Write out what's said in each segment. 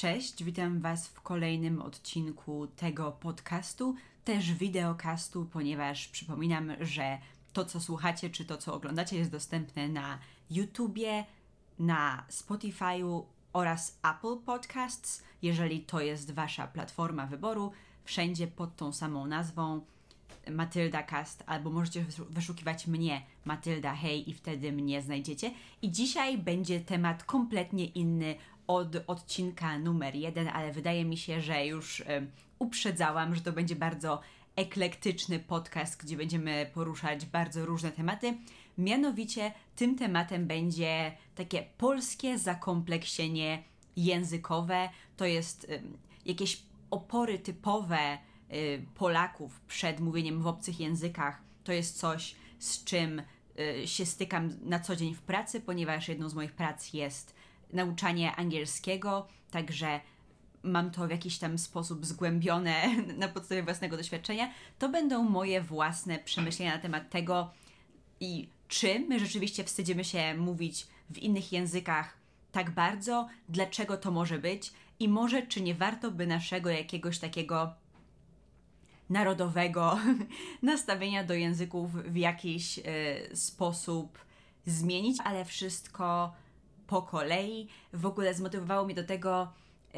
Cześć, witam Was w kolejnym odcinku tego podcastu, też wideocastu, ponieważ przypominam, że to co słuchacie, czy to co oglądacie jest dostępne na YouTubie, na Spotify'u oraz Apple Podcasts, jeżeli to jest Wasza platforma wyboru, wszędzie pod tą samą nazwą Matylda Cast, albo możecie wyszukiwać mnie Matylda Hej i wtedy mnie znajdziecie. I dzisiaj będzie temat kompletnie inny od odcinka numer 1, ale wydaje mi się, że już uprzedzałam, że to będzie bardzo eklektyczny podcast, gdzie będziemy poruszać bardzo różne tematy. Mianowicie tym tematem będzie takie polskie zakompleksienie językowe. To jest jakieś opory typowe Polaków przed mówieniem w obcych językach. To jest coś, z czym się stykam na co dzień w pracy, ponieważ jedną z moich prac jest nauczanie angielskiego, także mam to w jakiś tam sposób zgłębione na podstawie własnego doświadczenia. To będą moje własne przemyślenia na temat tego, i czy my rzeczywiście wstydzimy się mówić w innych językach tak bardzo, dlaczego to może być i może czy nie warto by naszego jakiegoś takiego narodowego nastawienia do języków w jakiś sposób zmienić, ale wszystko po kolei. W ogóle zmotywowało mnie do tego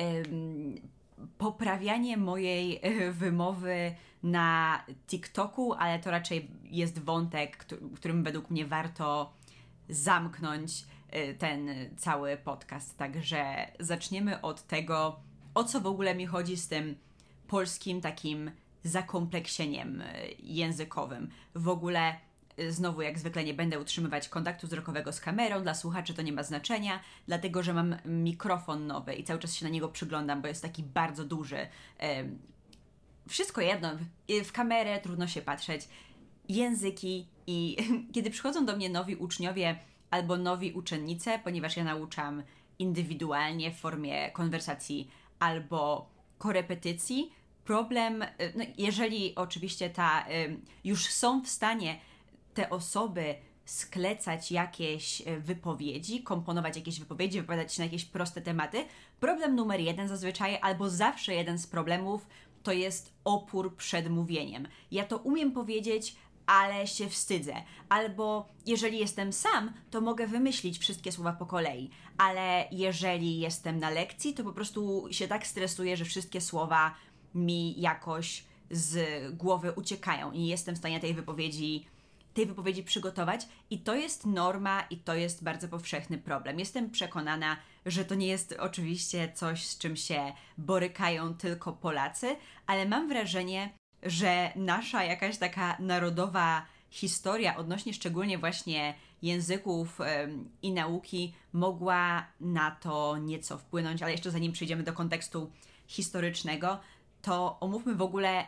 poprawianie mojej wymowy na TikToku, ale to raczej jest wątek, którym według mnie warto zamknąć ten cały podcast. Także zaczniemy od tego, o co w ogóle mi chodzi z tym polskim takim zakompleksieniem językowym. W ogóle znowu jak zwykle nie będę utrzymywać kontaktu wzrokowego z kamerą, dla słuchaczy to nie ma znaczenia, dlatego że mam mikrofon nowy i cały czas się na niego przyglądam, bo jest taki bardzo duży. Wszystko jedno, w kamerę trudno się patrzeć. Języki i kiedy przychodzą do mnie nowi uczniowie albo nowi uczennice, ponieważ ja nauczam indywidualnie w formie konwersacji albo korepetycji, problem, no jeżeli oczywiście już są w stanie te osoby sklecać jakieś wypowiedzi, komponować jakieś wypowiedzi, wypowiadać się na jakieś proste tematy, problem numer 1 zazwyczaj, albo zawsze jeden z problemów, to jest opór przed mówieniem. Ja to umiem powiedzieć, ale się wstydzę. Albo jeżeli jestem sam, to mogę wymyślić wszystkie słowa po kolei. Ale jeżeli jestem na lekcji, to po prostu się tak stresuję, że wszystkie słowa mi jakoś z głowy uciekają i nie jestem w stanie tej wypowiedzi przygotować i to jest norma i to jest bardzo powszechny problem. Jestem przekonana, że to nie jest oczywiście coś, z czym się borykają tylko Polacy, ale mam wrażenie, że nasza jakaś taka narodowa historia odnośnie szczególnie właśnie języków i nauki mogła na to nieco wpłynąć, ale jeszcze zanim przejdziemy do kontekstu historycznego, to omówmy w ogóle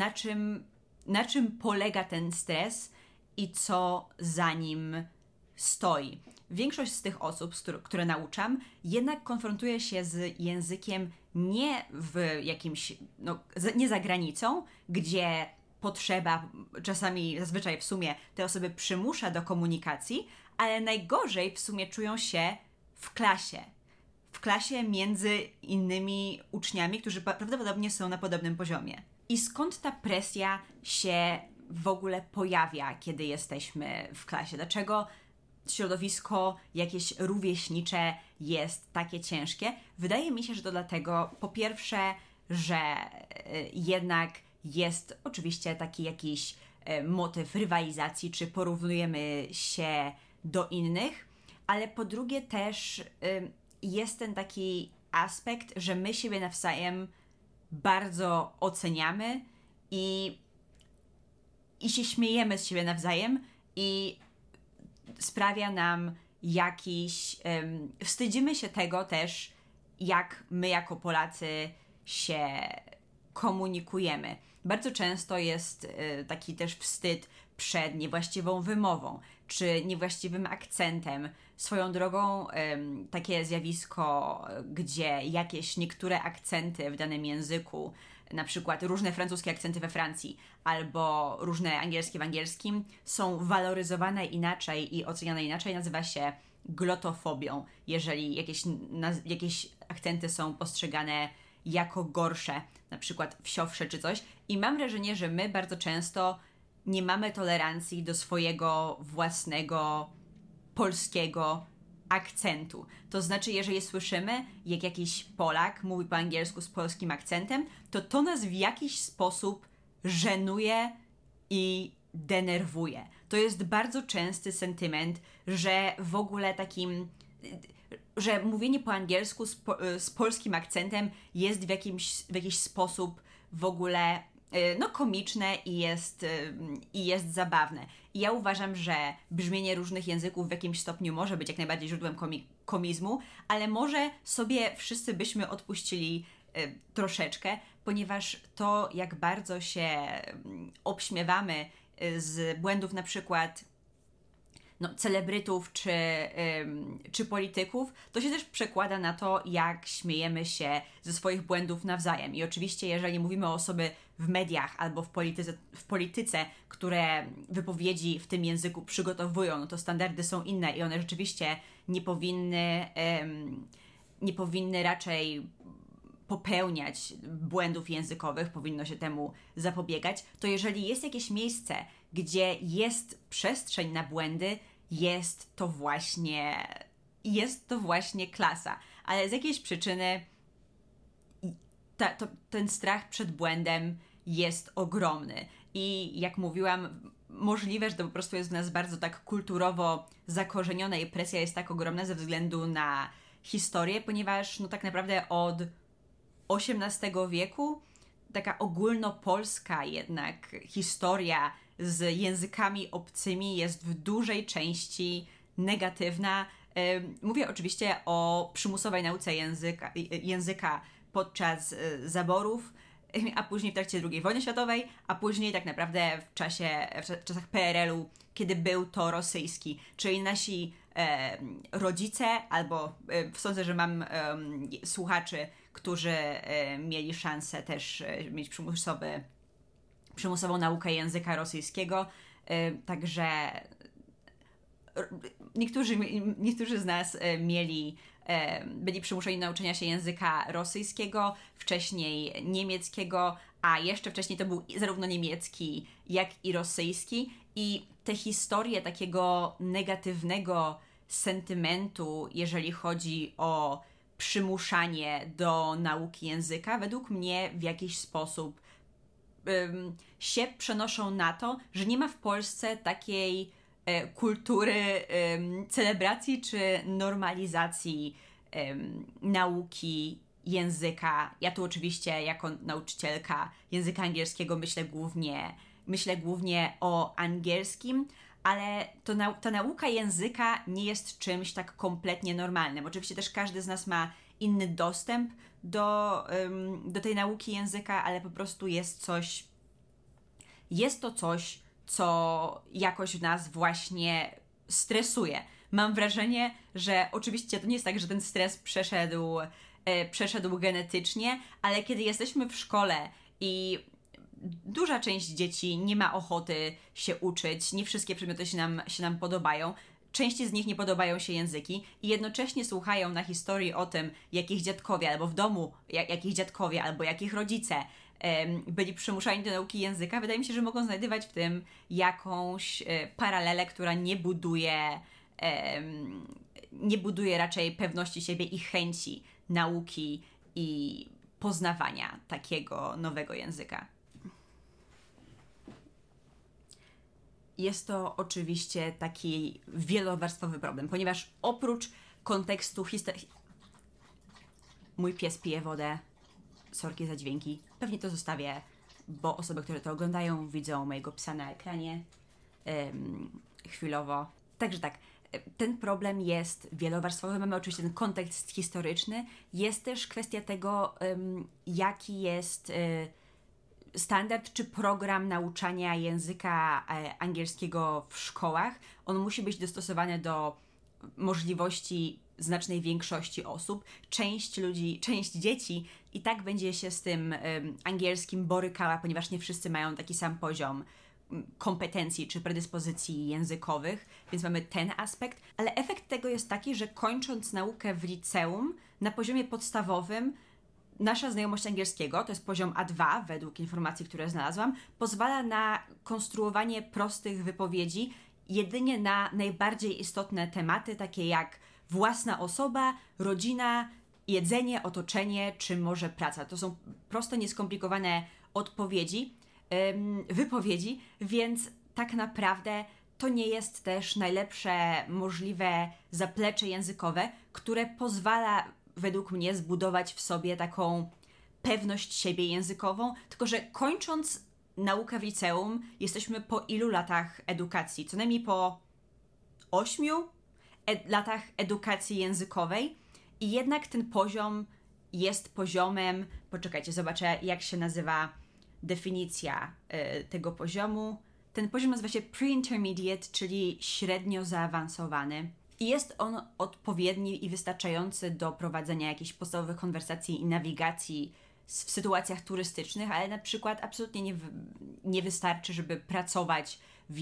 na czym polega ten stres i co za nim stoi. Większość z tych osób, które nauczam, jednak konfrontuje się z językiem nie w jakimś, nie za granicą, gdzie potrzeba, czasami zazwyczaj w sumie te osoby przymusza do komunikacji, ale najgorzej w sumie czują się w klasie. W klasie między innymi uczniami, którzy prawdopodobnie są na podobnym poziomie. I skąd ta presja się w ogóle pojawia, kiedy jesteśmy w klasie? Dlaczego środowisko jakieś rówieśnicze jest takie ciężkie? Wydaje mi się, że to dlatego, po pierwsze, że jednak jest oczywiście taki jakiś motyw rywalizacji, czy porównujemy się do innych, ale po drugie też jest ten taki aspekt, że my siebie nawzajem bardzo oceniamy i się śmiejemy z siebie nawzajem i sprawia nam jakiś... wstydzimy się tego też, jak my jako Polacy się komunikujemy. Bardzo często jest taki też wstyd przed niewłaściwą wymową, czy niewłaściwym akcentem. Swoją drogą takie zjawisko, gdzie jakieś niektóre akcenty w danym języku, na przykład różne francuskie akcenty we Francji albo różne angielskie w angielskim, są waloryzowane inaczej i oceniane inaczej, nazywa się glotofobią, jeżeli jakieś akcenty są postrzegane jako gorsze, na przykład wsiowsze czy coś. I mam wrażenie, że my bardzo często nie mamy tolerancji do swojego własnego polskiego akcentu. To znaczy, jeżeli słyszymy, jak jakiś Polak mówi po angielsku z polskim akcentem, to nas w jakiś sposób żenuje i denerwuje. To jest bardzo częsty sentyment, że w ogóle że mówienie po angielsku z polskim akcentem jest w jakiś sposób w ogóle komiczne i jest zabawne. I ja uważam, że brzmienie różnych języków w jakimś stopniu może być jak najbardziej źródłem komizmu, ale może sobie wszyscy byśmy odpuścili troszeczkę, ponieważ to, jak bardzo się obśmiewamy z błędów na przykład celebrytów czy polityków, to się też przekłada na to, jak śmiejemy się ze swoich błędów nawzajem. I oczywiście, jeżeli mówimy o osoby w mediach albo w polityce, które wypowiedzi w tym języku przygotowują, to standardy są inne i one rzeczywiście nie powinny raczej popełniać błędów językowych, powinno się temu zapobiegać, to jeżeli jest jakieś miejsce, gdzie jest przestrzeń na błędy, jest to właśnie klasa. Ale z jakiejś przyczyny ten strach przed błędem jest ogromny. I jak mówiłam, możliwe, że to po prostu jest w nas bardzo tak kulturowo zakorzenione i presja jest tak ogromna ze względu na historię, ponieważ tak naprawdę od XVIII wieku taka ogólnopolska jednak historia z językami obcymi jest w dużej części negatywna. Mówię oczywiście o przymusowej nauce języka podczas zaborów, a później w trakcie II wojny światowej, a później tak naprawdę w czasach PRL-u, kiedy był to rosyjski, czyli nasi rodzice, albo sądzę, że mam słuchaczy, którzy mieli szansę też mieć przymusową naukę języka rosyjskiego, także niektórzy z nas byli przymuszeni do nauczenia się języka rosyjskiego, wcześniej niemieckiego, a jeszcze wcześniej to był zarówno niemiecki, jak i rosyjski. I te historie takiego negatywnego sentymentu, jeżeli chodzi o przymuszanie do nauki języka, według mnie w jakiś sposób się przenoszą na to, że nie ma w Polsce takiej kultury celebracji czy normalizacji nauki języka. Ja tu oczywiście jako nauczycielka języka angielskiego myślę głównie o angielskim, ale ta nauka języka nie jest czymś tak kompletnie normalnym. Oczywiście też każdy z nas ma inny dostęp do tej nauki języka, ale po prostu jest to coś, co jakoś w nas właśnie stresuje. Mam wrażenie, że oczywiście to nie jest tak, że ten stres przeszedł genetycznie, ale kiedy jesteśmy w szkole i duża część dzieci nie ma ochoty się uczyć, nie wszystkie przedmioty się nam podobają, części z nich nie podobają się języki i jednocześnie słuchają na historii o tym, jakich dziadkowie, albo w domu jakich dziadkowie, albo jakich rodzice byli przymuszani do nauki języka, wydaje mi się, że mogą znajdywać w tym jakąś paralelę, która nie buduje raczej pewności siebie i chęci nauki i poznawania takiego nowego języka. Jest to oczywiście taki wielowarstwowy problem, ponieważ oprócz kontekstu mój pies pije wodę, sorki za dźwięki, pewnie to zostawię, bo osoby, które to oglądają, widzą mojego psa na ekranie chwilowo. Także tak, ten problem jest wielowarstwowy, mamy oczywiście ten kontekst historyczny, jest też kwestia tego, jaki jest standard czy program nauczania języka angielskiego w szkołach. On musi być dostosowany do możliwości znacznej większości osób. Część dzieci i tak będzie się z tym angielskim borykała, ponieważ nie wszyscy mają taki sam poziom kompetencji czy predyspozycji językowych, więc mamy ten aspekt, ale efekt tego jest taki, że kończąc naukę w liceum na poziomie podstawowym nasza znajomość angielskiego, to jest poziom A2 według informacji, które znalazłam, pozwala na konstruowanie prostych wypowiedzi jedynie na najbardziej istotne tematy, takie jak własna osoba, rodzina, jedzenie, otoczenie, czy może praca. To są proste, nieskomplikowane wypowiedzi, więc tak naprawdę to nie jest też najlepsze możliwe zaplecze językowe, które pozwala według mnie zbudować w sobie taką pewność siebie językową, tylko że kończąc naukę w liceum jesteśmy po ilu latach edukacji? Co najmniej po 8 latach edukacji językowej i jednak ten poziom jest poziomem, poczekajcie, zobaczę jak się nazywa definicja tego poziomu. Ten poziom nazywa się pre-intermediate, czyli średnio zaawansowany. I jest on odpowiedni i wystarczający do prowadzenia jakichś podstawowych konwersacji i nawigacji w sytuacjach turystycznych, ale na przykład absolutnie nie wystarczy, żeby pracować w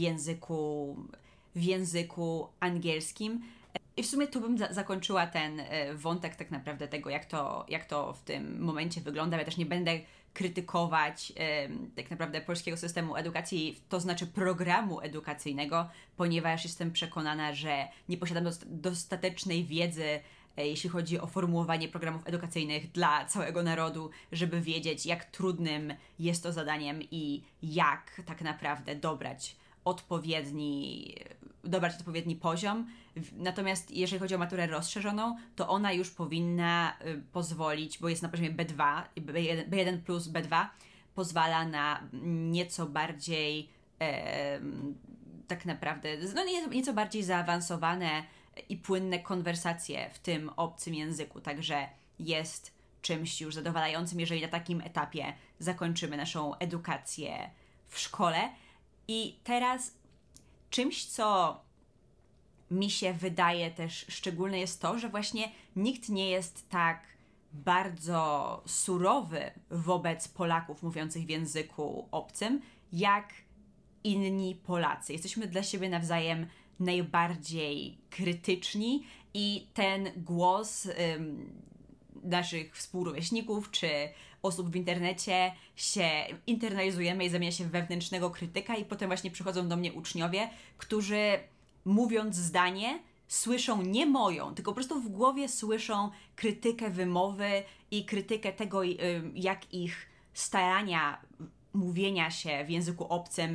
języku angielskim. I w sumie tu bym zakończyła ten wątek tak naprawdę tego, jak to w tym momencie wygląda. Ja też nie będę krytykować tak naprawdę polskiego systemu edukacji, to znaczy programu edukacyjnego, ponieważ jestem przekonana, że nie posiadam dostatecznej wiedzy, jeśli chodzi o formułowanie programów edukacyjnych dla całego narodu, żeby wiedzieć, jak trudnym jest to zadaniem i jak tak naprawdę dobrać odpowiedni poziom. Natomiast jeżeli chodzi o maturę rozszerzoną, to ona już powinna pozwolić, bo jest na poziomie B2, B1 plus B2, pozwala na nieco bardziej tak naprawdę, nieco bardziej zaawansowane i płynne konwersacje w tym obcym języku. Także jest czymś już zadowalającym, jeżeli na takim etapie zakończymy naszą edukację w szkole. I teraz czymś, co mi się wydaje też szczególne jest to, że właśnie nikt nie jest tak bardzo surowy wobec Polaków mówiących w języku obcym, jak inni Polacy. Jesteśmy dla siebie nawzajem najbardziej krytyczni i ten głos naszych współrówieśników czy osób w internecie się internalizujemy i zamienia się w wewnętrznego krytyka i potem właśnie przychodzą do mnie uczniowie, którzy mówiąc zdanie słyszą nie moją, tylko po prostu w głowie słyszą krytykę wymowy i krytykę tego, jak ich starania mówienia się w języku obcym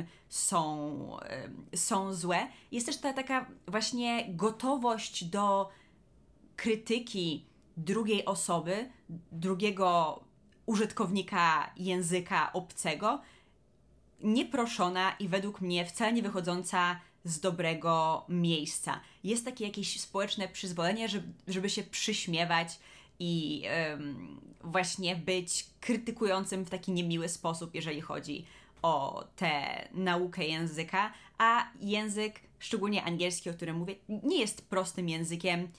są złe. Jest też ta taka właśnie gotowość do krytyki drugiej osoby, drugiego użytkownika języka obcego, nieproszona i według mnie wcale nie wychodząca z dobrego miejsca. Jest takie jakieś społeczne przyzwolenie, żeby się przyśmiewać i właśnie być krytykującym w taki niemiły sposób, jeżeli chodzi o tę naukę języka, a język, szczególnie angielski, o którym mówię, nie jest prostym językiem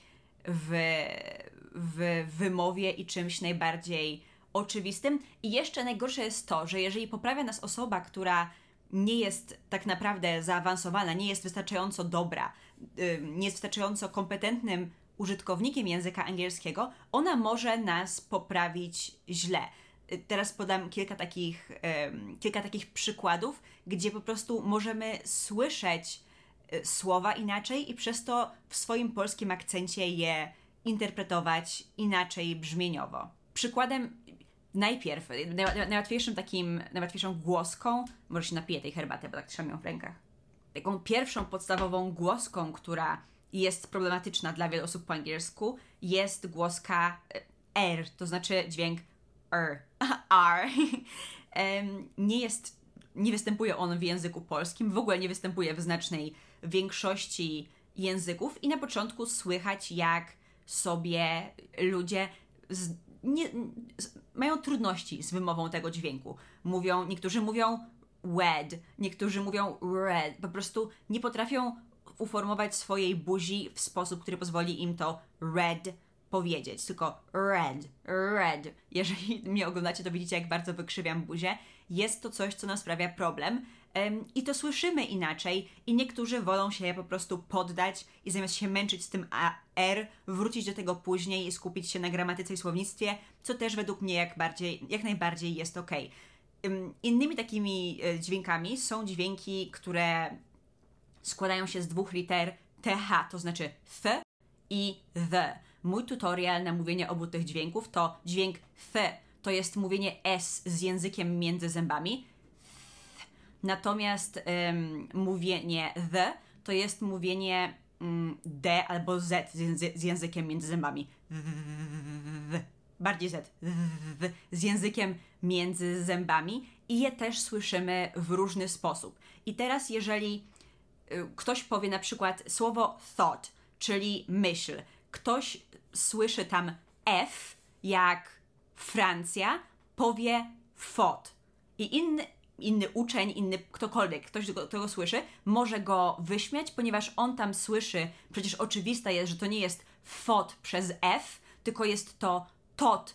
w wymowie i czymś najbardziej oczywistym. I jeszcze najgorsze jest to, że jeżeli poprawia nas osoba, która nie jest tak naprawdę zaawansowana, nie jest wystarczająco dobra, nie jest wystarczająco kompetentnym użytkownikiem języka angielskiego, ona może nas poprawić źle. Teraz podam kilka takich przykładów, gdzie po prostu możemy słyszeć słowa inaczej i przez to w swoim polskim akcencie je interpretować inaczej brzmieniowo. Przykładem najpierw, najłatwiejszą głoską, może się napiję tej herbaty, bo tak trzymam ją w rękach. Taką pierwszą podstawową głoską, która jest problematyczna dla wielu osób po angielsku, jest głoska R, to znaczy dźwięk R. R. Nie występuje on w języku polskim, w ogóle nie występuje w znacznej większości języków i na początku słychać, jak sobie ludzie mają trudności z wymową tego dźwięku. Niektórzy mówią red, niektórzy mówią red. Po prostu nie potrafią uformować swojej buzi w sposób, który pozwoli im to red powiedzieć, tylko red. Jeżeli mnie oglądacie, to widzicie, jak bardzo wykrzywiam buzię. Jest to coś, co nam sprawia problem, I to słyszymy inaczej i niektórzy wolą się po prostu poddać i zamiast się męczyć z tym R, wrócić do tego później i skupić się na gramatyce i słownictwie, co też według mnie jak najbardziej jest okej. Innymi takimi dźwiękami są dźwięki, które składają się z 2 liter TH, to znaczy th i the. Mój tutorial na mówienie obu tych dźwięków to dźwięk th, to jest mówienie S z językiem między zębami. Natomiast mówienie the to jest mówienie D albo Z z językiem między zębami. Bardziej Z. Z językiem między zębami i je też słyszymy w różny sposób. I teraz jeżeli ktoś powie na przykład słowo thought, czyli myśl, ktoś słyszy tam F jak Francja, powie thought. I inny uczeń, ktokolwiek, ktoś, kto go słyszy, może go wyśmiać, ponieważ on tam słyszy, przecież oczywiste jest, że to nie jest thought przez F, tylko jest to tot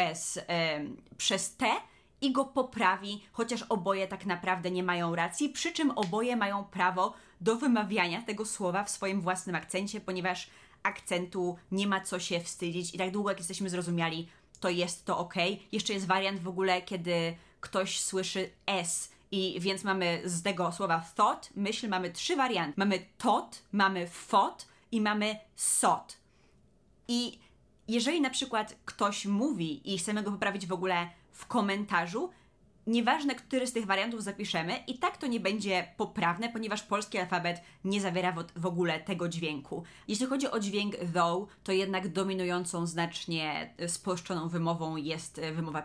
przez T i go poprawi, chociaż oboje tak naprawdę nie mają racji, przy czym oboje mają prawo do wymawiania tego słowa w swoim własnym akcencie, ponieważ akcentu nie ma co się wstydzić i tak długo jak jesteśmy zrozumiali, to jest to okej. Jeszcze jest wariant w ogóle, kiedy ktoś słyszy S i więc mamy z tego słowa thought, myśl, mamy 3 warianty. Mamy tot, mamy thought i mamy sot. I jeżeli na przykład ktoś mówi i chcemy go poprawić w ogóle w komentarzu, nieważne, który z tych wariantów zapiszemy, i tak to nie będzie poprawne, ponieważ polski alfabet nie zawiera w ogóle tego dźwięku. Jeśli chodzi o dźwięk though, to jednak dominującą znacznie spolszczoną wymową jest wymowa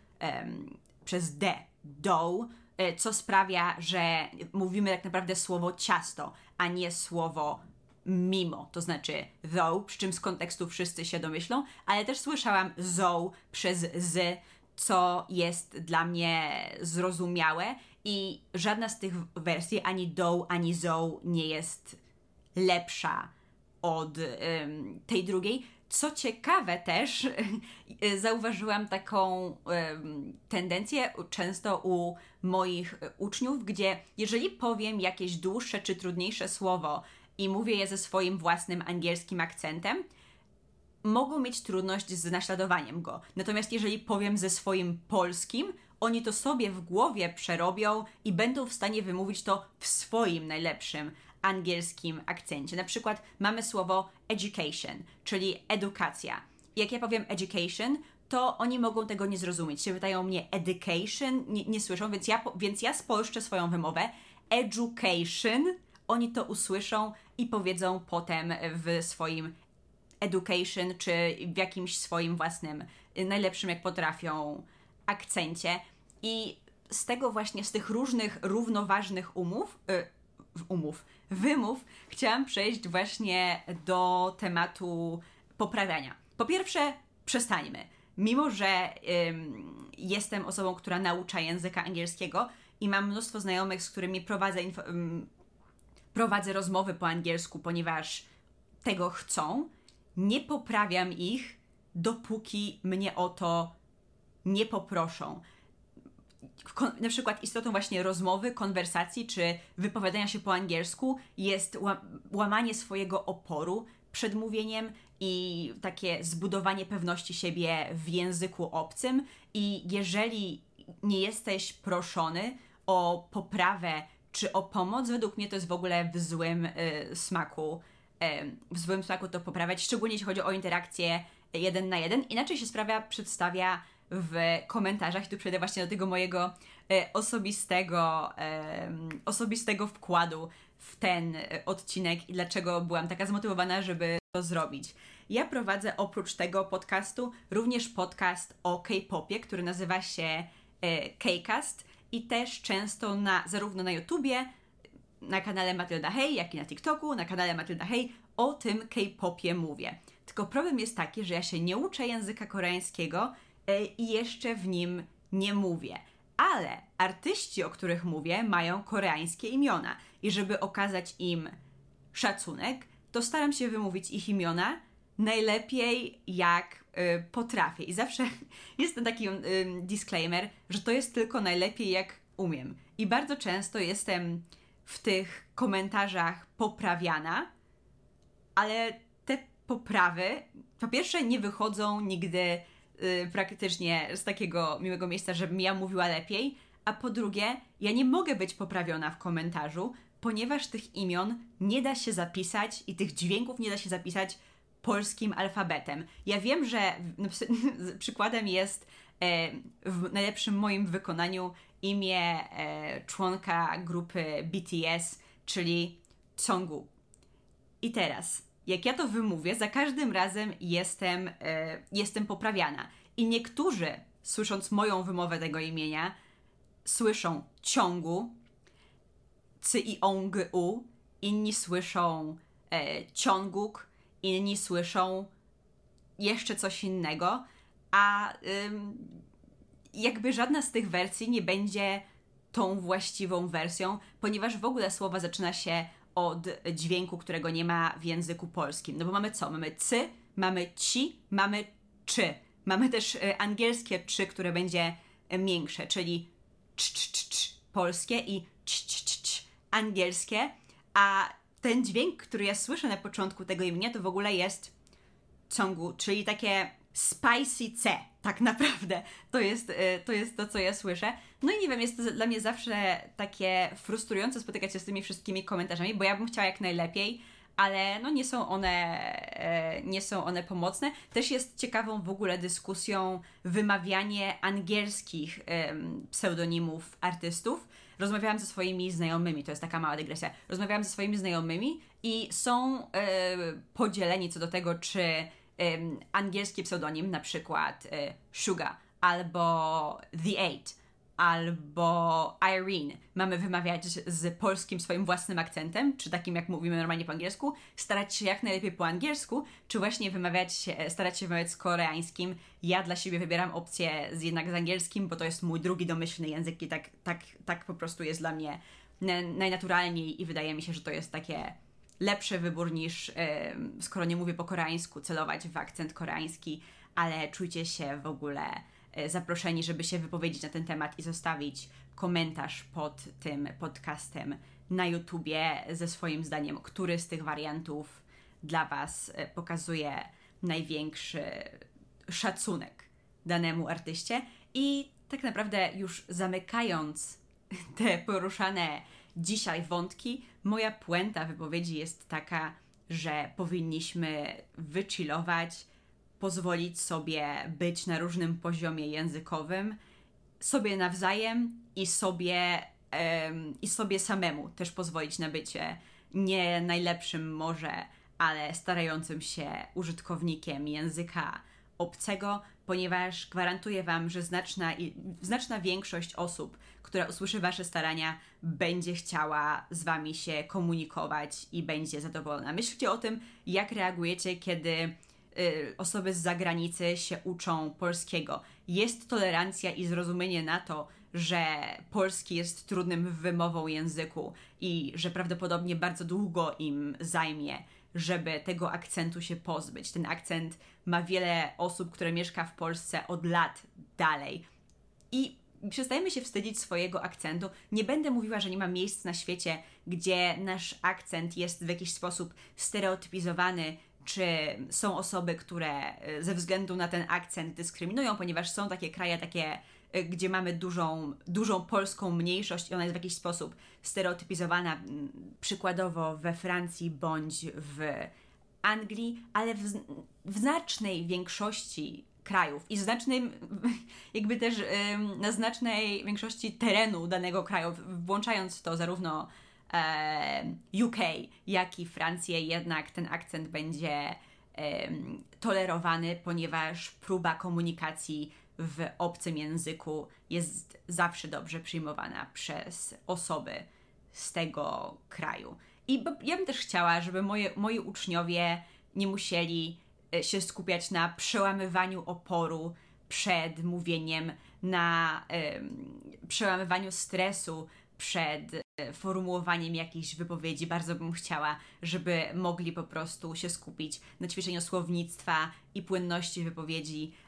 przez D, dough, co sprawia, że mówimy tak naprawdę słowo ciasto, a nie słowo mimo, to znaczy though, przy czym z kontekstu wszyscy się domyślą, ale też słyszałam zoe przez z, co jest dla mnie zrozumiałe i żadna z tych wersji, ani dough, ani zoe nie jest lepsza od tej drugiej. Co ciekawe też, zauważyłam taką tendencję często u moich uczniów, gdzie jeżeli powiem jakieś dłuższe czy trudniejsze słowo i mówię je ze swoim własnym angielskim akcentem, mogą mieć trudność z naśladowaniem go. Natomiast jeżeli powiem ze swoim polskim, oni to sobie w głowie przerobią i będą w stanie wymówić to w swoim najlepszym angielskim akcencie. Na przykład mamy słowo education, czyli edukacja. Jak ja powiem education, to oni mogą tego nie zrozumieć. Się pytają mnie education, nie słyszą, więc ja spolszczę swoją wymowę. Education, oni to usłyszą i powiedzą potem w swoim education, czy w jakimś swoim własnym, najlepszym jak potrafią, akcencie. I z tego właśnie, z tych różnych równoważnych wymów, chciałam przejść właśnie do tematu poprawiania. Po pierwsze, przestańmy. Mimo że jestem osobą, która naucza języka angielskiego i mam mnóstwo znajomych, z którymi prowadzę rozmowy po angielsku, ponieważ tego chcą, nie poprawiam ich, dopóki mnie o to nie poproszą. Na przykład istotą właśnie rozmowy, konwersacji czy wypowiadania się po angielsku jest łamanie swojego oporu przed mówieniem i takie zbudowanie pewności siebie w języku obcym. I jeżeli nie jesteś proszony o poprawę czy o pomoc, według mnie to jest w ogóle w złym smaku to poprawiać, szczególnie jeśli chodzi o interakcję 1 na 1. Inaczej się sprawa przedstawia w komentarzach i tu przejdę właśnie do tego mojego osobistego wkładu w ten odcinek i dlaczego byłam taka zmotywowana, żeby to zrobić. Ja prowadzę oprócz tego podcastu również podcast o K-popie, który nazywa się K-Cast i też często zarówno na YouTubie, na kanale Matylda Hey, jak i na TikToku, na kanale Matylda Hey o tym K-popie mówię. Tylko problem jest taki, że ja się nie uczę języka koreańskiego i jeszcze w nim nie mówię. Ale artyści, o których mówię, mają koreańskie imiona. I żeby okazać im szacunek, to staram się wymówić ich imiona najlepiej jak potrafię. I zawsze jest ten taki disclaimer, że to jest tylko najlepiej jak umiem. I bardzo często jestem w tych komentarzach poprawiana, ale te poprawy po pierwsze nie wychodzą nigdy praktycznie z takiego miłego miejsca, żebym ja mówiła lepiej, a po drugie, ja nie mogę być poprawiona w komentarzu, ponieważ tych imion nie da się zapisać i tych dźwięków nie da się zapisać polskim alfabetem. Ja wiem, że przykładem jest w najlepszym moim wykonaniu imię członka grupy BTS, czyli Jungkook. I teraz, jak ja to wymówię, za każdym razem jestem poprawiana. I niektórzy, słysząc moją wymowę tego imienia, słyszą ciągu, c-i-o-n-g-u, inni słyszą Jungkook, inni słyszą jeszcze coś innego, a jakby żadna z tych wersji nie będzie tą właściwą wersją, ponieważ w ogóle słowa zaczyna się od dźwięku, którego nie ma w języku polskim. No bo mamy co? Mamy cy, mamy ci, mamy czy. Mamy też angielskie czy, które będzie miększe, czyli polskie i angielskie, a ten dźwięk, który ja słyszę na początku tego imienia, to w ogóle jest Jungkook, czyli takie spicy C, tak naprawdę. To jest to, co ja słyszę. No i nie wiem, jest to dla mnie zawsze takie frustrujące spotykać się z tymi wszystkimi komentarzami, bo ja bym chciała jak najlepiej, ale no nie są one pomocne. Też jest ciekawą w ogóle dyskusją wymawianie angielskich pseudonimów artystów. Rozmawiałam ze swoimi znajomymi, to jest taka mała dygresja, rozmawiałam ze swoimi znajomymi i są podzieleni co do tego, czy angielski pseudonim, na przykład Suga, albo The Eight, albo Irene mamy wymawiać z polskim swoim własnym akcentem, czy takim jak mówimy normalnie po angielsku, starać się jak najlepiej po angielsku, czy właśnie starać się wymawiać z koreańskim. Ja dla siebie wybieram opcję jednak z angielskim, bo to jest mój drugi domyślny język i tak po prostu jest dla mnie najnaturalniej i wydaje mi się, że to jest takie lepszy wybór niż, skoro nie mówię po koreańsku, celować w akcent koreański, ale czujcie się w ogóle zaproszeni, żeby się wypowiedzieć na ten temat i zostawić komentarz pod tym podcastem na YouTubie ze swoim zdaniem, który z tych wariantów dla Was pokazuje największy szacunek danemu artyście. I tak naprawdę już zamykając te poruszane dzisiaj wątki, moja puenta wypowiedzi jest taka, że powinniśmy wychillować, pozwolić sobie być na różnym poziomie językowym, sobie nawzajem i sobie samemu też pozwolić na bycie nie najlepszym może, ale starającym się użytkownikiem języka obcego, ponieważ gwarantuję Wam, że znaczna większość osób, która usłyszy Wasze starania, będzie chciała z Wami się komunikować i będzie zadowolona. Myślcie o tym, jak reagujecie, kiedy osoby z zagranicy się uczą polskiego. Jest tolerancja i zrozumienie na to, że polski jest trudnym wymową języku i że prawdopodobnie bardzo długo im zajmie, żeby tego akcentu się pozbyć. Ten akcent ma wiele osób, które mieszka w Polsce od lat dalej. I przestajemy się wstydzić swojego akcentu. Nie będę mówiła, że nie ma miejsc na świecie, gdzie nasz akcent jest w jakiś sposób stereotypizowany, czy są osoby, które ze względu na ten akcent dyskryminują, ponieważ są takie kraje, gdzie mamy dużą polską mniejszość i ona jest w jakiś sposób stereotypizowana, przykładowo we Francji bądź w Anglii, ale w znacznej większości krajów i jakby też na znacznej większości terenu danego kraju, włączając w to zarówno UK, jak i Francję, jednak ten akcent będzie tolerowany, ponieważ próba komunikacji w obcym języku jest zawsze dobrze przyjmowana przez osoby z tego kraju. I ja bym też chciała, żeby moi uczniowie nie musieli się skupiać na przełamywaniu oporu przed mówieniem, na przełamywaniu stresu przed formułowaniem jakichś wypowiedzi. Bardzo bym chciała, żeby mogli po prostu się skupić na ćwiczeniu słownictwa i płynności wypowiedzi,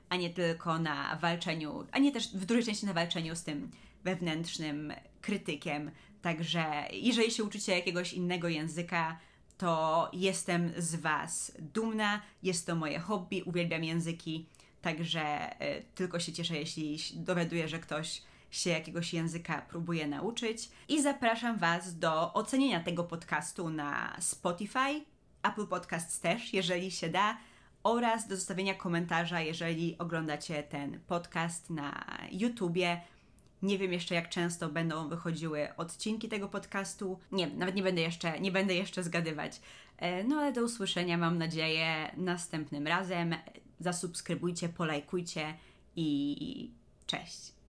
a nie tylko na walczeniu, a nie też w dużej części na walczeniu z tym wewnętrznym krytykiem. Także jeżeli się uczycie jakiegoś innego języka, to jestem z Was dumna, jest to moje hobby, uwielbiam języki, także tylko się cieszę, jeśli dowiaduję, że ktoś się jakiegoś języka próbuje nauczyć. I zapraszam Was do ocenienia tego podcastu na Spotify, Apple Podcasts też, jeżeli się da, oraz do zostawienia komentarza, jeżeli oglądacie ten podcast na YouTubie. Nie wiem jeszcze, jak często będą wychodziły odcinki tego podcastu. Nie, nawet nie będę jeszcze zgadywać. No ale do usłyszenia, mam nadzieję, następnym razem. Zasubskrybujcie, polajkujcie i cześć.